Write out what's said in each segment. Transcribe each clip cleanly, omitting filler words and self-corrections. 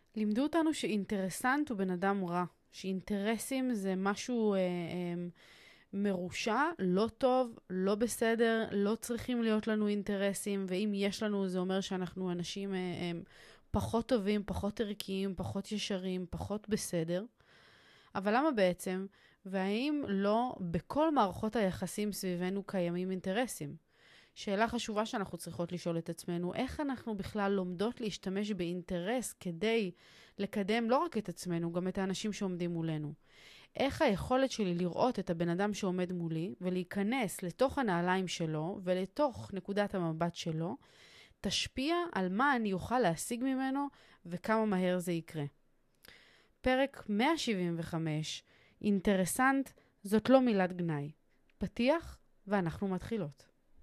לימדו אותנו שאינטרסנט הוא בן אדם רע, שאינטרסים זה משהו מרושע, לא טוב, לא בסדר, לא צריכים להיות לנו אינטרסים, ואם יש לנו זה אומר שאנחנו אנשים פחות טובים, פחות ערכיים, פחות ישרים, פחות בסדר. אבל למה בעצם? והאם לא בכל מערכות היחסים סביבנו קיימים אינטרסים? שאלה חשובה שאנחנו צריכות לשאול את עצמנו, איך אנחנו בכלל לומדות להשתמש באינטרס כדי לקדם לא רק את עצמנו, גם את האנשים שעומדים מולנו? איך היכולת שלי לראות את הבן אדם שעומד מולי ולהיכנס לתוך הנעליים שלו ולתוך נקודת המבט שלו, תשפיע על מה אני אוכל להשיג ממנו וכמה מהר זה יקרה. פרק 175, אינטרסנט זאת לא מילת גנאי. פתיח ואנחנו מתחילות.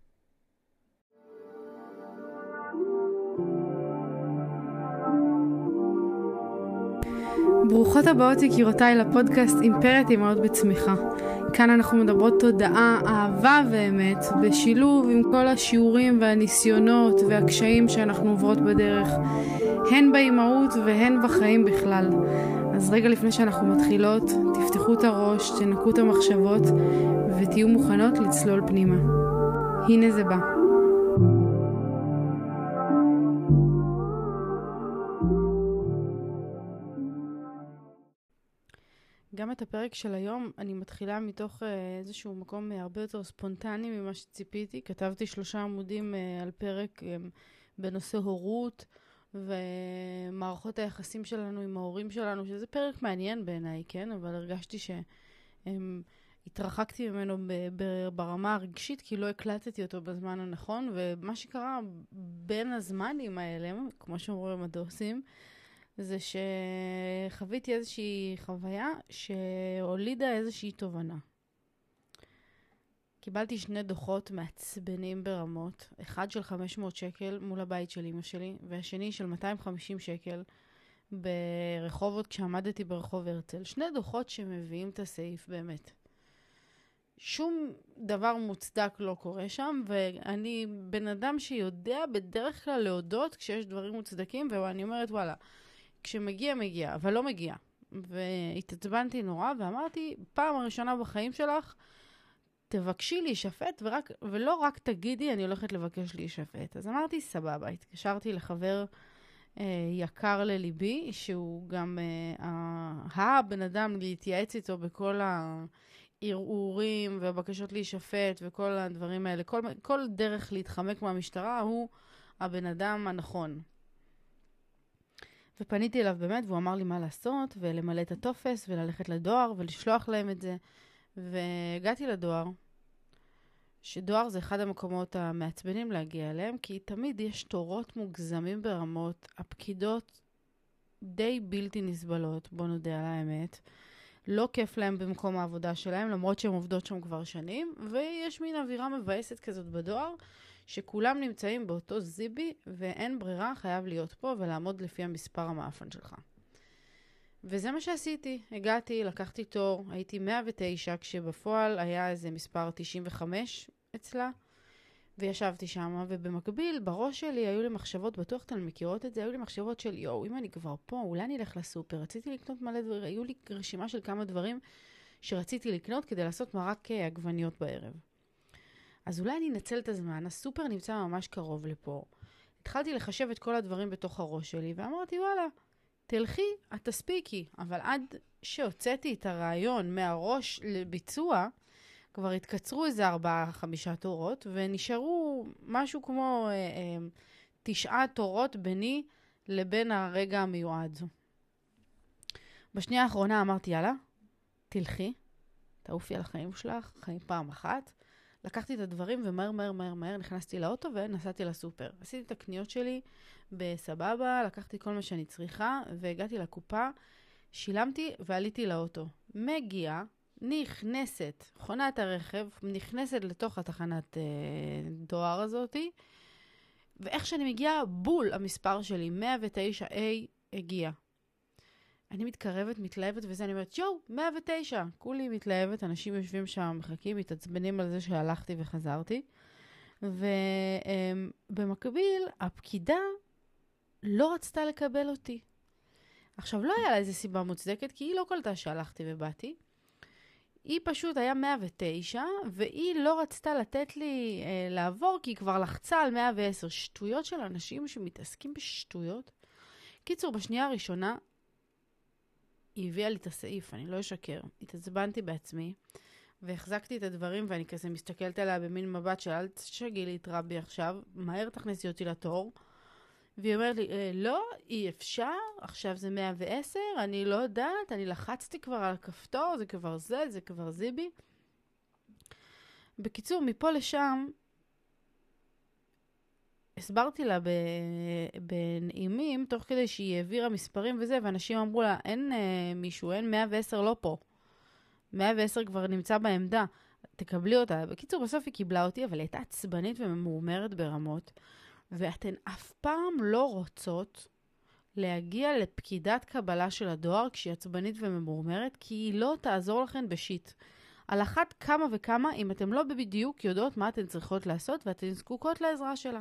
ברוכות הבאות יקירותיי לפודקאסט אימפרית אימהות בצמיחה. כאן אנחנו מדברות תודעה, אהבה ואמת, בשילוב עם כל השיעורים והניסיונות והקשיים שאנחנו עוברות בדרך, הן באימהות והן בחיים בכלל. אז רגע לפני שאנחנו מתחילות, תפתחו את הראש, תנקו את המחשבות ותהיו מוכנות לצלול פנימה. הנה זה בא. גם את הפרק של היום אני מתחילה מתוך איזשהו מקום הרבה יותר ספונטני ממה שציפיתי. כתבתי 3 עמודים על פרק בנושא הורות ומערכות היחסים שלנו עם ההורים שלנו, שזה פרק מעניין בעיניי, כן? אבל הרגשתי שהתרחקתי ממנו ברמה הרגשית, כי לא הקלטתי אותו בזמן הנכון, ומה שקרה בין הזמנים האלה, כמו שאומרים הדוסים, זה שחוויתי איזושהי חוויה שהולידה איזושהי תובנה. קיבלתי 2 דוחות מעצבנים ברמות, אחד של 500 שקל מול הבית של אמא שלי, והשני של 250 שקל ברחובות כשעמדתי ברחוב הרצל. 2 דוחות שמביאים את הסעיף באמת. שום דבר מוצדק לא קורה שם, ואני בן אדם שיודע בדרך כלל להודות כשיש דברים מוצדקים, ואני אומרת וואלה, כשמגיע, מגיע, אבל לא מגיע. והתעצבנתי נורא ואמרתי, פעם הראשונה בחיים שלך, תבקשי להישפט, ולא רק תגידי, אני הולכת לבקש להישפט. אז אמרתי, סבבה. התקשרתי לחבר יקר לליבי, שהוא גם הבן אדם להתייעץ איתו בכל הערעורים והבקשות להישפט וכל הדברים האלה. כל דרך להתחמק מהמשטרה הוא הבן אדם הנכון. ופניתי אליו באמת, והוא אמר לי מה לעשות, ולמלא את הטופס, וללכת לדואר, ולשלוח להם את זה. והגעתי לדואר, שדואר זה אחד המקומות המעצבנים להגיע אליהם, כי תמיד יש תורות מוגזמים ברמות, הפקידות די בלתי נסבלות, בוא נודה על האמת. לא כיף להם במקום העבודה שלהם, למרות שהן עובדות שם כבר שנים, ויש מין אווירה מבאסת כזאת בדואר, שכולם נמצאים באותו זיבי, ואין ברירה, חייב להיות פה ולעמוד לפי המספר המאפן שלך. וזה מה שעשיתי. הגעתי, לקחתי תור, הייתי 109, כשבפועל היה איזה מספר 95 אצלה, וישבתי שם, ובמקביל, בראש שלי היו לי מחשבות, בטוח אתן מכירות את זה, היו לי מחשבות של, אם אני כבר פה, אולי אני אלך לסופר, רציתי לקנות מלא דברים, היו לי רשימה של כמה דברים שרציתי לקנות כדי לעשות מרק עגבניות בערב. אז אולי אני אנצל את הזמן, הסופר נמצא ממש קרוב לפה. התחלתי לחשב את כל הדברים בתוך הראש שלי, ואמרתי, וואלה, תלכי, את תספיקי. אבל עד שהוצאתי את הרעיון מהראש לביצוע, כבר התקצרו איזה 4-5 תורות, ונשארו משהו כמו 9 תורות ביני לבין הרגע המיועד. בשנייה האחרונה אמרתי, יאללה, תלכי, תעופי על החיים שלך, חיים פעם אחת. לקחתי את הדברים ומהר נכנסתי לאוטו ונסעתי לסופר. עשיתי את הקניות שלי בסבבה, לקחתי כל מה שאני צריכה והגעתי לקופה, שילמתי ועליתי לאוטו. מגיעה, נכנסת, מכונת הרכב, נכנסת לתוך התחנת דואר הזאתי, ואיך שאני מגיעה, בול המספר שלי, 109A הגיע. אני מתקרבת, מתלהבת, וזה אני אומרת, 109. כולי מתלהבת, אנשים יושבים שם, מחכים, מתעצבנים על זה שהלכתי וחזרתי. ובמקביל, הפקידה לא רצתה לקבל אותי. עכשיו, לא היה לה איזו סיבה מוצדקת, כי היא לא קלטה שהלכתי ובאתי. היא פשוט היה 109, והיא לא רצתה לתת לי לעבור, כי היא כבר לחצה על 110. שטויות של אנשים שמתעסקים בשטויות. קיצור, בשנייה הראשונה, היא הביאה לי את הסעיף, אני לא אשקר. התעצבנתי בעצמי, והחזקתי את הדברים, ואני כזה מסתכלת עליה במין מבט של אל תשגעי לי את רבי עכשיו, מהר תכניסי אותי לתור. והיא אומרת לי, לא, אי אפשר, עכשיו זה 110, אני לא יודעת, אני לחצתי כבר על הכפתור, זה כבר זיבי. בקיצור, מפה לשם, הסברתי לה בנעימים, תוך כדי שהיא העבירה מספרים וזה, ואנשים אמרו לה, אין מישהו, אין 110 לא פה. 110 כבר נמצא בעמדה, תקבלי אותה. בקיצור, בסוף היא קיבלה אותי, אבל היא הייתה עצבנית וממורמרת ברמות. ואתן אף פעם לא רוצות להגיע לפקידת קבלה של הדואר כשהיא עצבנית וממורמרת, כי היא לא תעזור לכן בשיט. על אחת כמה וכמה, אם אתן לא בדיוק יודעות מה אתן צריכות לעשות, ואתן זקוקות לעזרה שלה.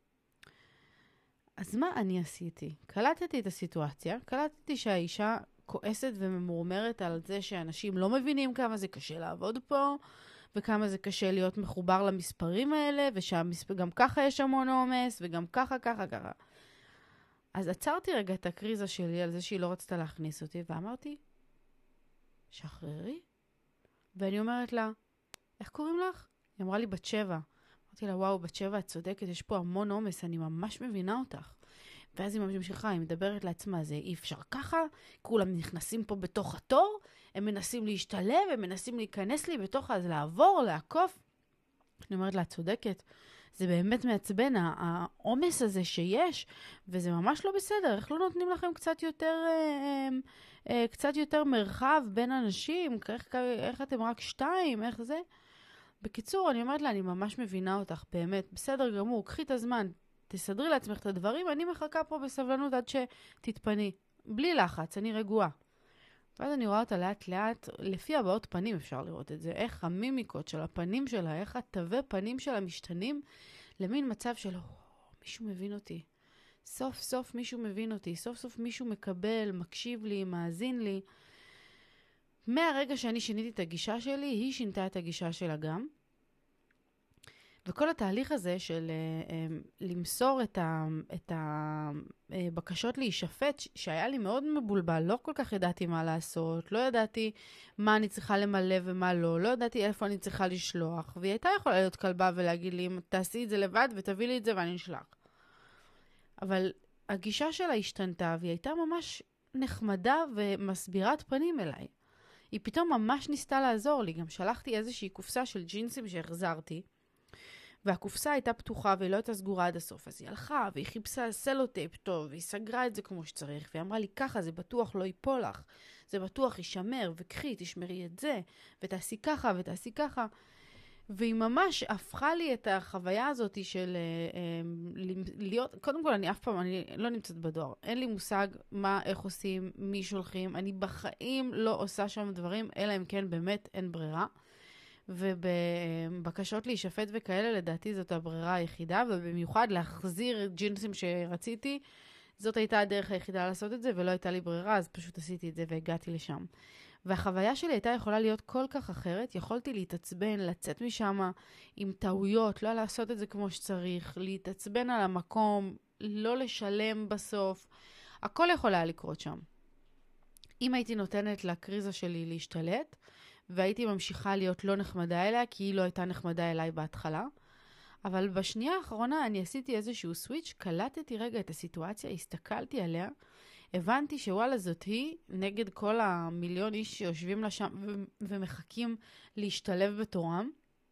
אז מה אני עשיתי? קלטתי את הסיטואציה, קלטתי שהאישה כועסת וממורמרת על זה שאנשים לא מבינים כמה זה קשה לעבוד פה, וכמה זה קשה להיות מחובר למספרים האלה, ושגם ככה יש המון עומס, וגם ככה. אז עצרתי רגע את הקריזה שלי על זה שהיא לא רצתה להכניס אותי, ואמרתי, שחררי. ואני אומרת לה, איך קוראים לך? היא אמרה לי, בת 7. אמרתי לה, וואו, בת 7, את צודקת, יש פה המון עומס, אני ממש מבינה אותך. ואז היא ממשיכה, היא מדברת לעצמה, זה אי אפשר ככה, כולם נכנסים פה בתוך התור, הם מנסים להשתלב, הם מנסים להיכנס לי בתוך, אז לעבור, לעקוף. אני אומרת לה, צודקת, זה באמת מעצבן, העומס הזה שיש, וזה ממש לא בסדר, איך לא נותנים לכם קצת יותר מרחב בין אנשים, איך אתם רק 2, איך זה? בקיצור, אני אומרת לה, אני ממש מבינה אותך, באמת, בסדר גמור, קחי את הזמן, תסדרי לעצמך את הדברים, אני מחכה פה בסבלנות עד שתתפני. בלי לחץ, אני רגועה. ואז אני רואה אותה לאט לאט, לפי הבעות פנים אפשר לראות את זה, איך המימיקות של הפנים שלה, איך התווי פנים שלה משתנים למין מצב של, מישהו מבין אותי. סוף סוף מישהו מבין אותי, סוף סוף מישהו מקבל, מקשיב לי, מאזין לי. מהרגע שאני שיניתי את הגישה שלי, היא שינתה את הגישה שלה גם. וכל התהליך הזה של למסור את הבקשות להישפט, שהיה לי מאוד מבולבל, לא כל כך ידעתי מה לעשות, לא ידעתי מה אני צריכה למלא ומה לא, לא ידעתי איפה אני צריכה לשלוח, והיא הייתה יכולה להיות כלבה ולהגיד לי, תעשי את זה לבד ותביא לי את זה ואני אשלח. אבל הגישה שלה השתנתה, והיא הייתה ממש נחמדה ומסבירת פנים אליי. היא פתאום ממש ניסתה לעזור לי, גם שלחתי איזושהי קופסה של ג'ינסים שהחזרתי, והקופסה הייתה פתוחה והיא לא הייתה סגורה עד הסוף. אז היא הלכה והיא חיפשה סלוטייפ טוב, והיא סגרה את זה כמו שצריך, והיא אמרה לי, ככה זה בטוח לא ייפול לך, זה בטוח יישמר, וקחי, תשמרי את זה, ותעשי ככה ותעשי ככה. והיא ממש הפכה לי את החוויה הזאת של להיות, קודם כל אני אף פעם, אני לא נמצאת בדואר, אין לי מושג מה, איך עושים, מי שולחים, אני בחיים לא עושה שם דברים, אלא אם כן באמת אין ברירה. ובבקשות להישפט וכאלה, לדעתי זאת הברירה היחידה, ובמיוחד להחזיר ג'ינסים שרציתי, זאת הייתה הדרך היחידה לעשות את זה, ולא הייתה לי ברירה, אז פשוט עשיתי את זה והגעתי לשם. והחוויה שלי הייתה יכולה להיות כל כך אחרת, יכולתי להתעצבן, לצאת משם עם טעויות, לא לעשות את זה כמו שצריך, להתעצבן על המקום, לא לשלם בסוף, הכל יכול היה לקרות שם. אם הייתי נותנת לקריזה שלי להשתלט, והייתי ממשיכה להיות לא נחמדה אליה, כי היא לא הייתה נחמדה אליי בהתחלה. אבל בשנייה האחרונה אני עשיתי איזשהו סוויץ', קלטתי רגע את הסיטואציה, הסתכלתי עליה, הבנתי שוואלה זאת היא, נגד כל המיליון איש שיושבים לה שם ומחכים להשתלב בתורם.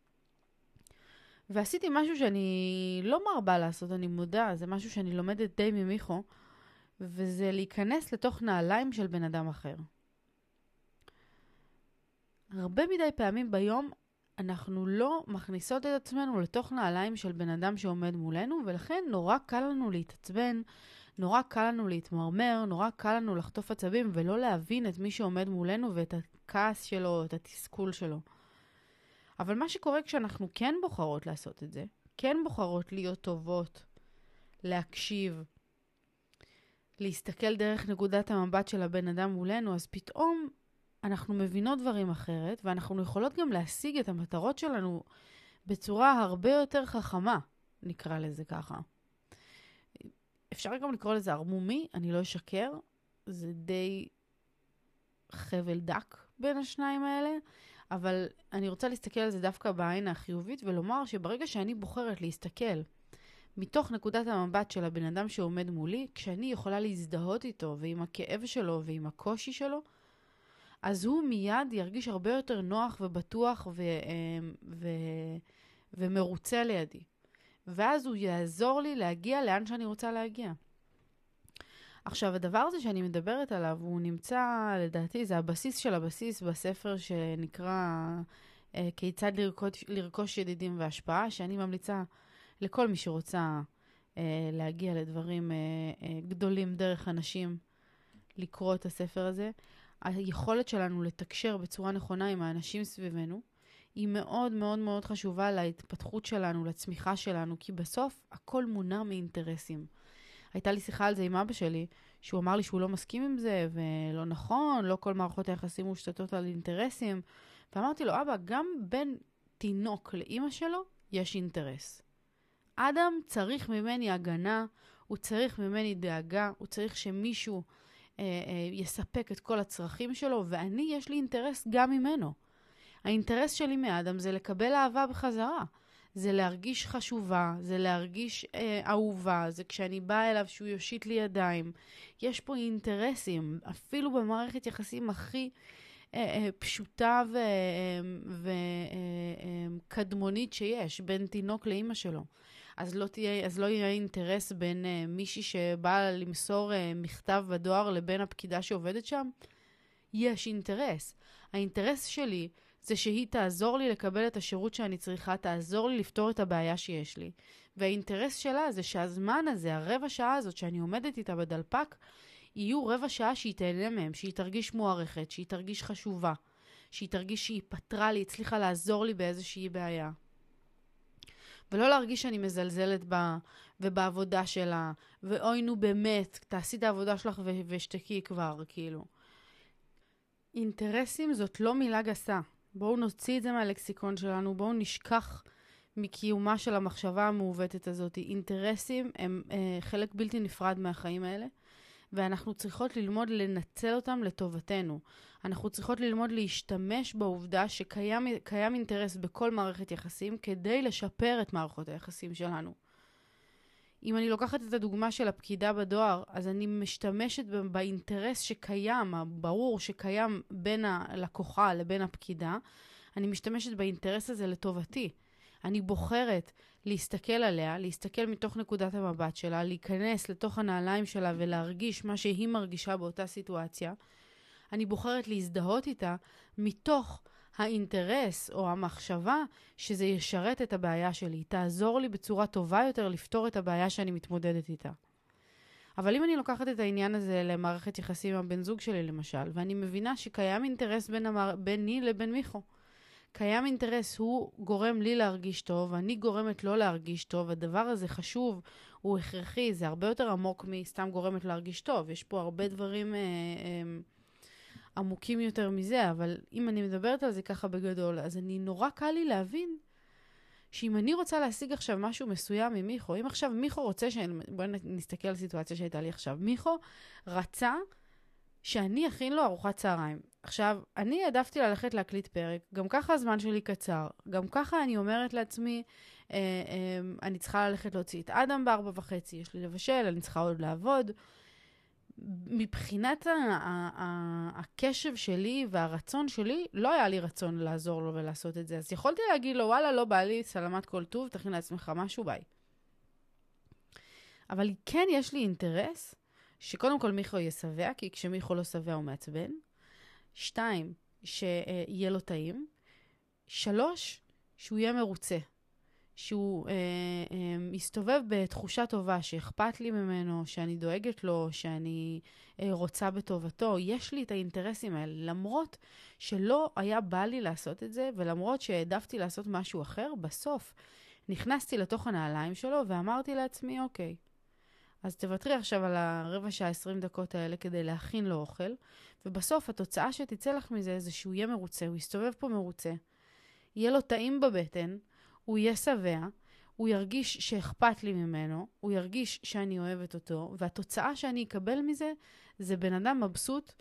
ועשיתי משהו שאני לא מרבה לעשות, אני מודה, זה משהו שאני לומדת די ממיכו, וזה להיכנס לתוך נעליים של בן אדם אחר. הרבה מדי פעמים ביום אנחנו לא מכניסות את עצמנו לתוך נעליים של בן אדם שעומד מולנו, ולכן נורא קל לנו להתעצבן, נורא קל לנו להתמרמר, נורא קל לנו לחטוף עצבים ולא להבין את מי שעומד מולנו ואת הכעס שלו, את התסכול שלו. אבל מה שקורה כשאנחנו כן בוחרות לעשות את זה, כן בוחרות להיות טובות, להקשיב, להסתכל דרך נקודת המבט של הבן אדם מולנו, אז פתאום אנחנו מבינות דברים אחרת, ואנחנו יכולות גם להשיג את המטרות שלנו בצורה הרבה יותר חכמה, נקרא לזה ככה. אפשר גם לקרוא לזה ערמומי, אני לא אשקר, זה די חבל דק בין השניים האלה, אבל אני רוצה להסתכל על זה דווקא בעין החיובית, ולומר שברגע שאני בוחרת להסתכל מתוך נקודת המבט של הבן אדם שעומד מולי, כשאני יכולה להזדהות איתו ועם הכאב שלו ועם הקושי שלו, אז הוא מיד ירגיש הרבה יותר נוח ובטוח ומרוצה לידי. ואז הוא יעזור לי להגיע לאן שאני רוצה להגיע. עכשיו, הדבר הזה שאני מדברת עליו, הוא נמצא, לדעתי, זה הבסיס של הבסיס בספר שנקרא כיצד לרכוש ידידים והשפעה, שאני ממליצה לכל מי שרוצה להגיע לדברים גדולים דרך אנשים, לקרוא את הספר הזה. היכולת שלנו לתקשר בצורה נכונה עם האנשים סביבנו, היא מאוד מאוד מאוד חשובה להתפתחות שלנו, לצמיחה שלנו, כי בסוף הכל מונע מאינטרסים. הייתה לי שיחה על זה עם אבא שלי, שהוא אמר לי שהוא לא מסכים עם זה, ולא נכון, לא כל מערכות היחסים מושתתות על אינטרסים. ואמרתי לו, אבא, גם בין תינוק לאמא שלו, יש אינטרס. אדם צריך ממני הגנה, הוא צריך ממני דאגה, הוא צריך שמישהו יספק את כל הצרכים שלו, ואני, יש לי אינטרס גם ממנו. האינטרס שלי מאדם זה לקבל אהבה בחזרה. זה להרגיש חשובה, זה להרגיש אהובה, זה כשאני באה אליו שהוא יושיט לי ידיים. יש פה אינטרסים, אפילו במערכת יחסים הכי פשוטה וקדמונית שיש, בין תינוק לאמא שלו. אז לא יהיה אינטרס בין מישהי שבאה למסור מכתב בדואר לבין הפקידה שעובדת שם. יש אינטרס. האינטרס שלי זה שהיא תעזור לי לקבל את השירות שאני צריכה, תעזור לי לפתור את הבעיה שיש לי. והאינטרס שלה זה שהזמן הזה, הרבע שעה הזאת שאני עומדת איתה בדלפק, יהיו רבע שעה שהיא תהנה מהם, שהיא תרגיש מוערכת, שהיא תרגיש חשובה, שהיא תרגיש שהיא פתרה לי, הצליחה לעזור לי באיזושהי בעיה. ולא להרגיש שאני מזלזלת בה ובעבודה שלה, ואוי נו באמת, תעשי את העבודה שלך ושתקי כבר, כאילו. אינטרסים זאת לא מילה גסה. בואו נוציא את זה מהלקסיקון שלנו, בואו נשכח מקיומה של המחשבה המעוותת הזאת. אינטרסים הם חלק בלתי נפרד מהחיים האלה, ואנחנו צריכות ללמוד לנצל אותם לטובתנו. אנחנו צריכות ללמוד להשתמש בעובדה שקיים אינטרס בכל מערכת יחסים כדי לשפר את מערכות היחסים שלנו. אם אני לוקחת את הדוגמה של הפקידה בדואר, אז אני משתמשת באינטרס שקיים, הברור שקיים בין הלקוחה לבין הפקידה, אני משתמשת באינטרס הזה לטובתי. אני בוחרת להסתכל עליה, להסתכל מתוך נקודת המבט שלה, להיכנס לתוך הנעליים שלה ולהרגיש מה שהיא מרגישה באותה סיטואציה. אני בוחרת להזדהות איתה מתוך האינטרס או המחשבה שזה ישרת את הבעיה שלי, תעזור לי בצורה טובה יותר לפתור את הבעיה שאני מתמודדת איתה. אבל אם אני לוקחת את העניין הזה למערכת יחסים עם הבן זוג שלי למשל, ואני מבינה שקיים אינטרס ביני לבין מיכו, קיים אינטרס, הוא גורם לי להרגיש טוב, אני גורמת לו להרגיש טוב, הדבר הזה חשוב, הוא הכרחי, זה הרבה יותר עמוק מסתם גורמת להרגיש טוב, יש פה הרבה דברים עמוקים יותר מזה, אבל אם אני מדברת על זה ככה בגדול, אז נורא קל לי להבין שאם אני רוצה להשיג עכשיו משהו מסוים ממיכו, אם עכשיו מיכו רוצה, בואי נסתכל על סיטואציה שהייתה לי עכשיו, מיכו רצה שאני אכין לו ארוחת צהריים. עכשיו, אני העדפתי ללכת להקליט פרק, גם ככה הזמן שלי קצר, גם ככה אני אומרת לעצמי, אני צריכה ללכת להוציא את אדם ב16:30, יש לי לבשל, אני צריכה עוד לעבוד. מבחינת הקשב שלי והרצון שלי, לא היה לי רצון לעזור לו ולעשות את זה. אז יכולתי להגיד לו, וואלה, לא בא לי, סלמת כל טוב, תכין לעצמך משהו, ביי. אבל כן יש לי אינטרס, שקודם כל מיכו יהיה שבע, כי כשמיכו לא שבע הוא מעצבן. 2, שיהיה לו טעים. 3, שהוא יהיה מרוצה. שהוא מסתובב בתחושה טובה, שאכפת לי ממנו, שאני דואגת לו, שאני רוצה בטובתו. יש לי את האינטרסים האלה, למרות שלא היה בא לי לעשות את זה, ולמרות שהעדפתי לעשות משהו אחר, בסוף נכנסתי לתוך הנעליים שלו, ואמרתי לעצמי, אוקיי, אז תוותרי עכשיו על הרבע שעה, 20 דקות האלה כדי להכין לו אוכל, ובסוף התוצאה שתצא לך מזה זה שהוא יהיה מרוצה, הוא יסתובב פה מרוצה, יהיה לו טעים בבטן, הוא יהיה שבע, הוא ירגיש שאכפת לי ממנו, הוא ירגיש שאני אוהבת אותו, והתוצאה שאני אקבל מזה זה בן אדם מבסוט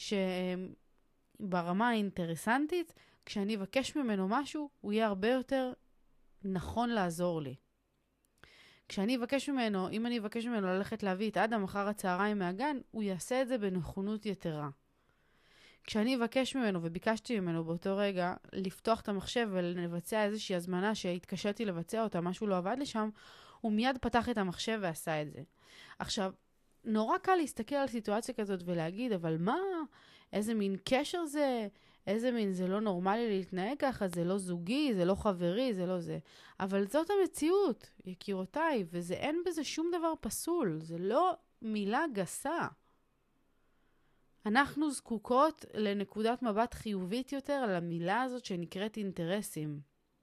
שברמה האינטרסנטית, כשאני אבקש ממנו משהו, הוא יהיה הרבה יותר נכון לעזור לי. כשאני אבקש ממנו, אם אני אבקש ממנו ללכת להביא את אדם אחר הצהריים מהגן, הוא יעשה את זה בנכונות יתרה. כשאני אבקש ממנו, וביקשתי ממנו באותו רגע, לפתוח את המחשב ולבצע איזושהי הזמנה שהתקשיתי לבצע אותה, משהו לא עבד לשם, הוא מיד פתח את המחשב ועשה את זה. עכשיו, נורא קל להסתכל על סיטואציה כזאת ולהגיד, אבל מה? איזה מין קשר זה? איזה מין זה לא נורמלי להתנהג ככה? זה לא זוגי, זה לא חברי, זה לא זה. אבל זאת המציאות, יקירותיי, וזה אין בזה שום דבר פסול. זה לא מילה גסה. אנחנו זקוקות לנקודת מבט חיובית יותר על המילה הזאת שנקראת אינטרסים.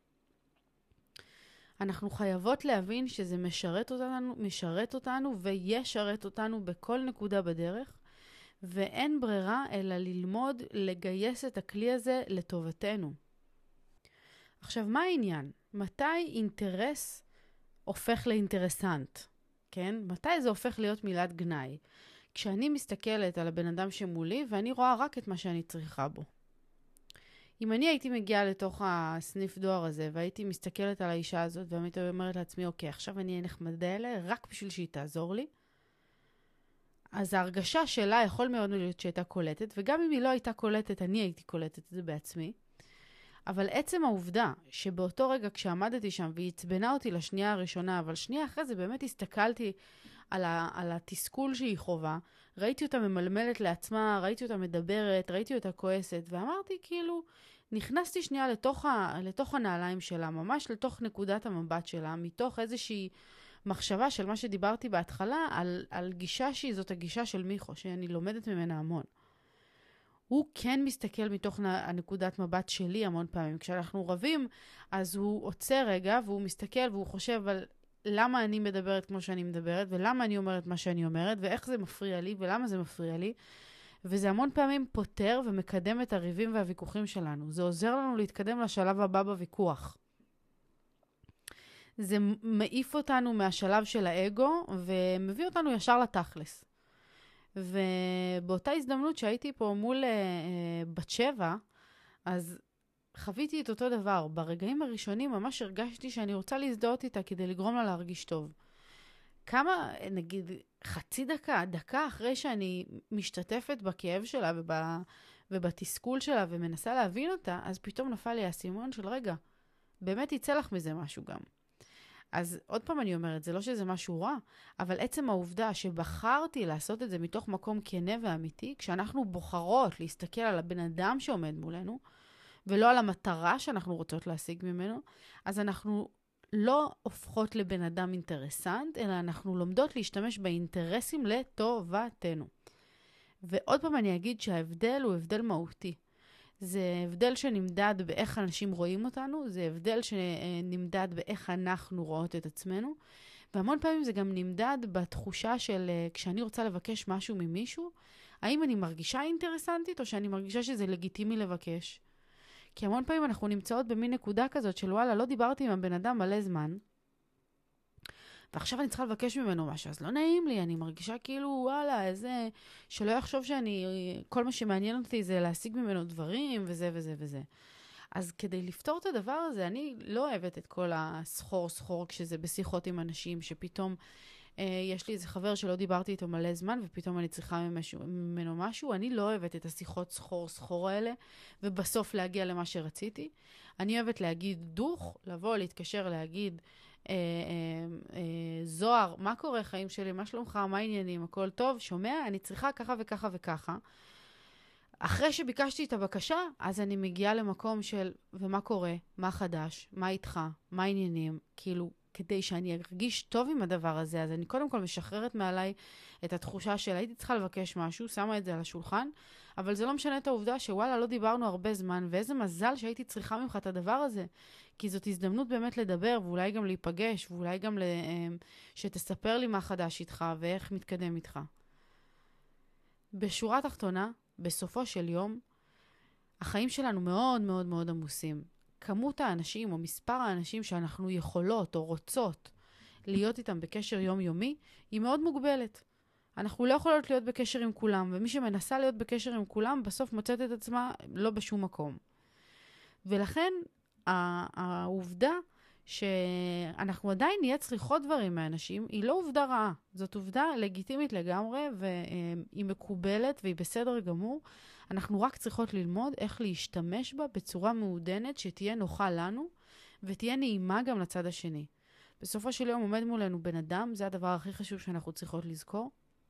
אנחנו חייבות להבין שזה משרת אותנו וישרת אותנו בכל נקודה בדרך, ואין ברירה אלא ללמוד לגייס את הכלי הזה לטובתנו. עכשיו, מה העניין? מתי אינטרס הופך לאינטרסנט? כן? מתי זה הופך להיות מילת גנאי? כשאני מסתכלת על הבן אדם שמולי, ואני רואה רק את מה שאני צריכה בו. אם אני הייתי מגיעה לתוך הסניף דואר הזה, והייתי מסתכלת על האישה הזאת, והייתי אומרת לעצמי, אוקיי, עכשיו אני אהיה נחמדה אליה, רק בשביל שהיא תעזור לי, אז ההרגשה שלה יכול מאוד להיות שהייתה קולטת, וגם אם היא לא הייתה קולטת, אני הייתי קולטת את זה בעצמי. אבל עצם העובדה שבאותו רגע כשעמדתי שם, והיא הצבנה אותי לשנייה הראשונה, אבל שנייה אחרי זה באמת הסתכלתי על התסכול שהיא חובה, ראיתי אותה ממלמלת לעצמה, ראיתי אותה מדברת, ראיתי אותה כועסת, ואמרתי כאילו, נכנסתי שנייה לתוך הנעליים שלה, ממש לתוך נקודת המבט שלה, מתוך איזושהי מחשבה של מה שדיברתי בהתחלה, על גישה שהיא זאת הגישה של מיכו, שאני לומדת ממנה המון. הוא כן מסתכל מתוך הנקודת מבט שלי המון פעמים. כשאנחנו רבים, אז הוא עוצר רגע, והוא מסתכל והוא חושב על למה אני מדברת כמו שאני מדברת, ולמה אני אומרת מה שאני אומרת, ואיך זה מפריע לי, ולמה זה מפריע לי. וזה המון פעמים פותר ומקדם את הריבים והוויכוחים שלנו. זה עוזר לנו להתקדם לשלב הבא בוויכוח. זה מעיף אותנו מהשלב של האגו, ומביא אותנו ישר לתכלס. ובאותה הזדמנות שהייתי פה מול בת שבע, אז חוויתי את אותו דבר. ברגעים הראשונים ממש הרגשתי שאני רוצה להזדהות איתה כדי לגרום לה להרגיש טוב. כמה, נגיד, חצי דקה אחרי שאני משתתפת בכאב שלה ובתסכול שלה ומנסה להבין אותה, אז פתאום נפל לי הסימון של רגע, באמת יצא לך מזה משהו גם. אז עוד פעם אני אומרת, זה לא שזה משהו רע, אבל עצם העובדה שבחרתי לעשות את זה מתוך מקום כנה ואמיתי, כשאנחנו בוחרות להסתכל על הבן אדם שעומד מולנו, ולא על המטרה שאנחנו רוצות להשיג ממנו, אז אנחנו לא הופכות לבן אדם אינטרסנט, אלא אנחנו לומדות להשתמש באינטרסים לטובתנו. ועוד פעם אני אגיד שההבדל הוא הבדל מהותי. זה הבדל שנמדד באיך אנשים רואים אותנו, זה הבדל שנמדד באיך אנחנו רואות את עצמנו, והמון פעמים זה גם נמדד בתחושה של כשאני רוצה לבקש משהו ממישהו, האם אני מרגישה אינטרסנטית או שאני מרגישה שזה לגיטימי לבקש. כי המון פעמים אנחנו נמצאות במין נקודה כזאת של וואלה, לא דיברתי עם הבן אדם מלא זמן, ועכשיו אני צריכה לבקש ממנו משהו, אז לא נעים לי, אני מרגישה כאילו, וואלה, איזה, שלא יחשוב שאני, כל מה שמעניין אותי זה להשיג ממנו דברים, וזה וזה וזה. אז כדי לפתור את הדבר הזה, אני לא אוהבת את כל הסחור כשזה בשיחות עם אנשים, שפתאום יש לי איזה חבר שלא דיברתי איתו מלא זמן, ופתאום אני צריכה ממנו משהו. אני לא אוהבת את השיחות סחור האלה, ובסוף להגיע למה שרציתי. אני אוהבת להגיד דוך, לבוא, להתקשר, להגיד, זוהר, מה קורה חיים שלי? מה שלומך? מה העניינים? הכל טוב? שומע? אני צריכה ככה וככה וככה. אחרי שביקשתי את הבקשה, אז אני מגיעה למקום של, ומה קורה? מה חדש? מה איתך? מה העניינים? כאילו, כדי שאני ארגיש טוב עם הדבר הזה, אז אני קודם כל משחררת מעליי את התחושה של הייתי צריכה לבקש משהו, שמה את זה על השולחן, אבל זה לא משנה את העובדה שוואלה, לא דיברנו הרבה זמן, ואיזה מזל שהייתי צריכה ממך את הדבר הזה, כי זאת הזדמנות באמת לדבר, ואולי גם להיפגש, ואולי גם שתספר לי מה חדש איתך, ואיך מתקדם איתך. בשורה תחתונה, בסופו של יום, החיים שלנו מאוד מאוד מאוד עמוסים. כמות האנשים או מספר האנשים שאנחנו יכולות או רוצות להיות איתם בקשר יומיומי, היא מאוד מוגבלת. אנחנו לא יכולות להיות בקשר עם כולם, ומי שמנסה להיות בקשר עם כולם, בסוף מוצאת את עצמה לא בשום מקום. ולכן, העובדה שאנחנו עדיין נהיה צריכות דברים מאנשים, היא לא עובדה רעה. זאת עובדה לגיטימית לגמרי, והיא מקובלת והיא בסדר גמור. אנחנו רק צריכות ללמוד איך להשתמש בה בצורה מעודנת, שתהיה נוחה לנו, ותהיה נעימה גם לצד השני. בסופו של יום עומד מולנו בן אדם, זה הדבר הכי חשוב שאנחנו צריכות לזכור.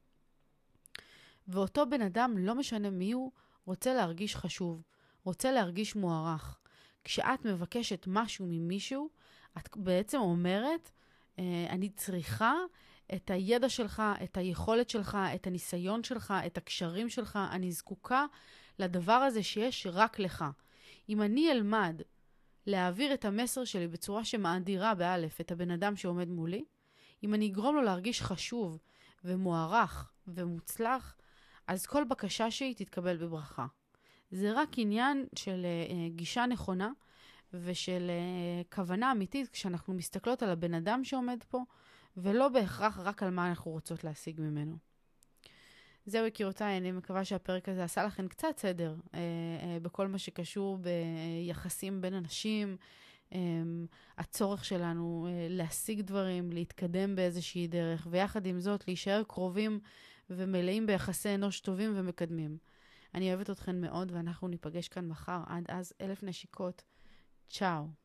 ואותו בן אדם, לא משנה מי הוא, רוצה להרגיש חשוב, רוצה להרגיש מוערך. כשאת מבקשת משהו ממישהו, את בעצם אומרת, אני צריכה את הידע שלך, את היכולת שלך, את הניסיון שלך, את הקשרים שלך, אני זקוקה לדבר הזה שיש רק לך. אם אני אלמד להעביר את המסר שלי בצורה שמאדירה באלף את הבן אדם שעומד מולי, אם אני אגרום לו להרגיש חשוב ומוערך ומוצלח, אז כל בקשה שהיא תתקבל בברכה. זה רק עניין של גישה נכונה ושל כוונה אמיתית כשאנחנו מסתכלות על הבן אדם שעומד פה, ולא בהכרח רק על מה אנחנו רוצות להשיג ממנו. זהו יקירותיי, אני מקווה שהפרק הזה עשה לכם קצת סדר בכל מה שקשור ביחסים בין אנשים, הצורך שלנו להשיג דברים, להתקדם באיזושהי דרך, ויחד עם זאת להישאר קרובים ומלאים ביחסי אנוש טובים ומקדמים. אני אוהבת אתכן מאוד, ואנחנו ניפגש כאן מחר. עד אז 1000 נשיקות. צ'או.